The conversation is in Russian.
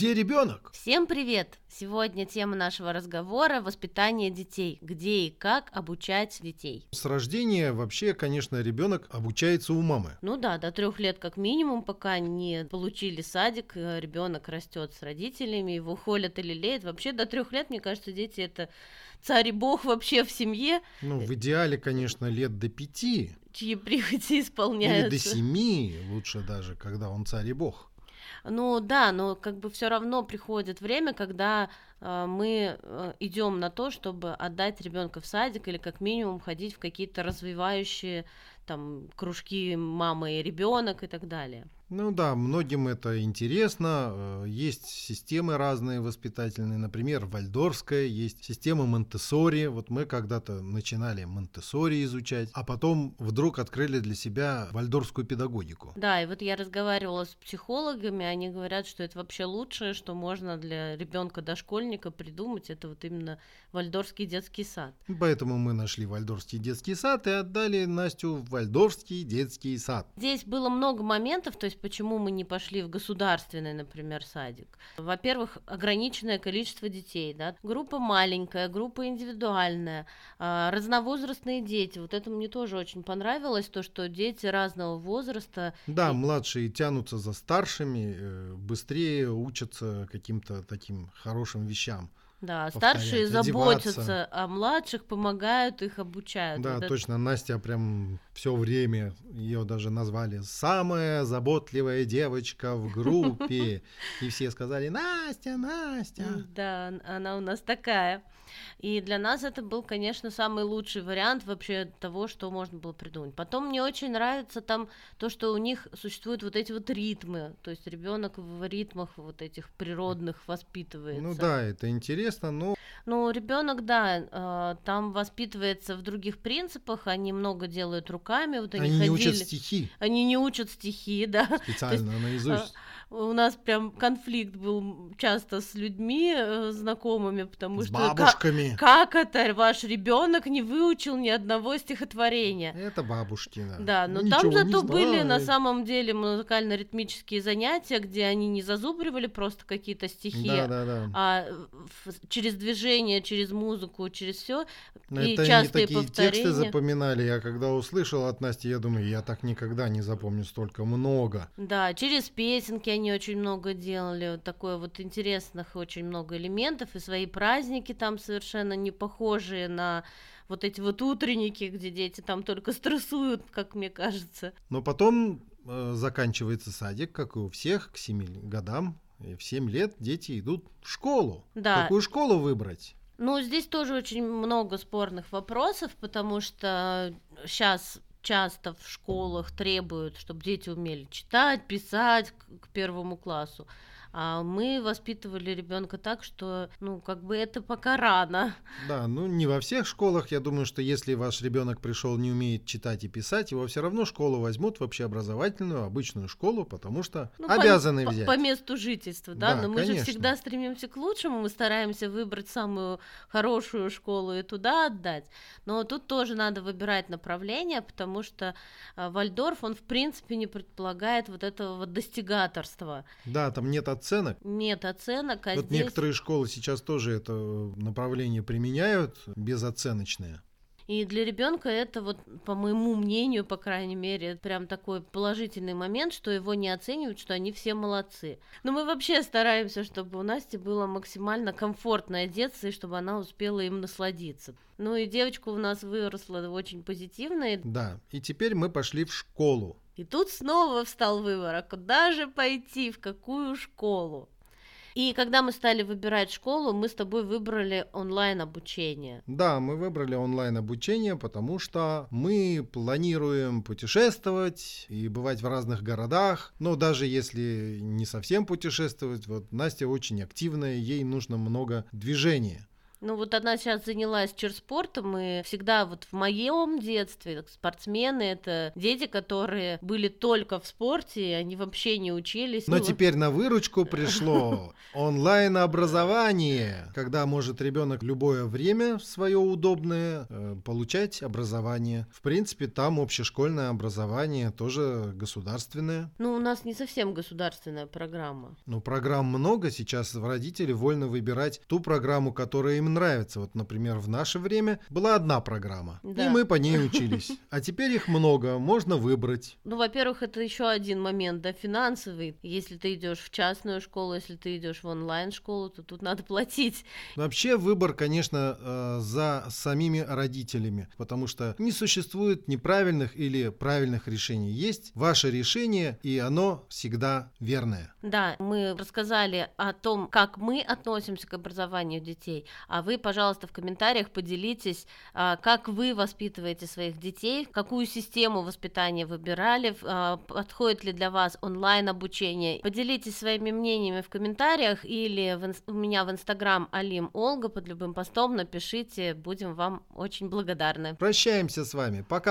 Где ребенок? Всем привет! Сегодня тема нашего разговора – воспитание детей. Где и как обучать детей. С рождения вообще, конечно, ребенок обучается у мамы. Ну да, до 3 лет как минимум, пока не получили садик, ребенок растет с родителями, его холят и лелеют. Вообще до 3 лет, мне кажется, дети – это царь и бог вообще в семье. Ну, в идеале, конечно, лет до 5. Чьи прихоти исполняются. Или до 7, лучше даже, когда он царь и бог. Ну да, но как бы все равно приходит время, когда мы идем на то, чтобы отдать ребенка в садик или как минимум ходить в какие-то развивающие там кружки мама и ребенок и так далее. Ну да, многим это интересно. Есть системы разные воспитательные, например, вальдорфская, есть система Монтессори. Вот мы когда-то начинали Монтессори изучать, а потом вдруг открыли для себя вальдорфскую педагогику. Да, и вот я разговаривала с психологами, они говорят, что это вообще лучшее, что можно для ребенка-дошкольника придумать, это вот именно вальдорфский детский сад. Поэтому мы нашли вальдорфский детский сад и отдали Настю в вальдорфский детский сад. Здесь было много моментов, то есть почему мы не пошли в государственный, например, садик. Во-первых, ограниченное количество детей, да? Группа маленькая, группа индивидуальная, разновозрастные дети. Вот это мне тоже очень понравилось, то, что дети разного возраста. Да, младшие тянутся за старшими, быстрее учатся каким-то таким хорошим вещам. Да, старшие одеваться. заботятся о младших, помогают их, обучают. Да, вот точно, Настя прям все время, ее даже назвали самая заботливая девочка в группе. И все сказали: Настя, Настя. Да, она у нас такая. И для нас это был, конечно, самый лучший вариант вообще того, что можно было придумать. Потом мне очень нравится там то, что у них существуют вот эти вот ритмы, то есть ребенок в ритмах вот этих природных воспитывается. Ну да, это интересно, но... Ну, ребенок, да, там воспитывается в других принципах, они много делают руками. Вот они не учат стихи. Они не учат стихи, да. Специально наизусть. У нас прям конфликт был часто с людьми знакомыми, потому с что бабушками. как это ваш ребенок не выучил ни одного стихотворения? Это бабушки, да. Да, но там зато были на самом деле музыкально-ритмические занятия, где они не зазубривали просто какие-то стихи, а через движение, через музыку, через все и это частые они такие повторения. Тексты запоминали. Я когда услышал от Насти, я думаю, я так никогда не запомню столько много. Да, через песенки они очень много делали, вот такое вот интересных очень много элементов, и свои праздники там совершенно не похожие на вот эти вот утренники, где дети там только стрессуют, как мне кажется. Но потом заканчивается садик, как и у всех, к 7 годам. И в 7 лет дети идут в школу. Да. Какую школу выбрать? Ну, здесь тоже очень много спорных вопросов, потому что сейчас часто в школах требуют, чтобы дети умели читать, писать к 1 классу. А мы воспитывали ребенка так, что, ну, как бы это пока рано. Да, ну не во всех школах. Я думаю, что если ваш ребенок пришел, не умеет читать и писать, его все равно школу возьмут в общеобразовательную, обычную школу, потому что обязаны взять. По месту жительства, да? Но мы конечно. же всегда стремимся к лучшему, мы стараемся выбрать самую хорошую школу и туда отдать. Но тут тоже надо выбирать направление, потому что Вальдорф, он в принципе не предполагает вот этого вот достигаторства. Да, там нет оценок. Нет оценок, а вот здесь... некоторые школы сейчас тоже это направление применяют, безоценочное. И для ребенка это вот, по моему мнению, по крайней мере, прям такой положительный момент, что его не оценивают, что они все молодцы. Но мы вообще стараемся, чтобы у Насти было максимально комфортное детство, и чтобы она успела им насладиться. Ну и девочка у нас выросла очень позитивная. Да, и теперь мы пошли в школу. И тут снова встал выбор, а куда же пойти, в какую школу? И когда мы стали выбирать школу, мы с тобой выбрали онлайн-обучение. Да, мы выбрали онлайн-обучение, потому что мы планируем путешествовать и бывать в разных городах. Но даже если не совсем путешествовать, вот Настя очень активная, ей нужно много движения. Ну вот она сейчас занялась черспортом, и всегда вот в моем детстве спортсмены — это дети, которые были только в спорте, и они вообще не учились. Но Ну, теперь на выручку пришло онлайн-образование, когда может ребенок в любое время в свое удобное получать образование. В принципе, там общешкольное образование тоже государственное. ну, у нас не совсем государственная программа. Но программ много, сейчас родители вольны выбирать ту программу, которая им нравится. Вот, например, в наше время была одна программа, и Да. мы по ней учились. А теперь их много, можно выбрать. Ну, во-первых, это еще один момент, да, финансовый. Если ты идешь в частную школу, если ты идешь в онлайн-школу, то тут надо платить. Вообще выбор, конечно, за самими родителями, потому что не существует неправильных или правильных решений. Есть ваше решение, и оно всегда верное. Да, мы рассказали о том, как мы относимся к образованию детей, а вы, пожалуйста, в комментариях поделитесь, как вы воспитываете своих детей, какую систему воспитания выбирали, подходит ли для вас онлайн-обучение. Поделитесь своими мнениями в комментариях или у меня в Инстаграм Алим Олга под любым постом напишите, будем вам очень благодарны. Прощаемся с вами. Пока.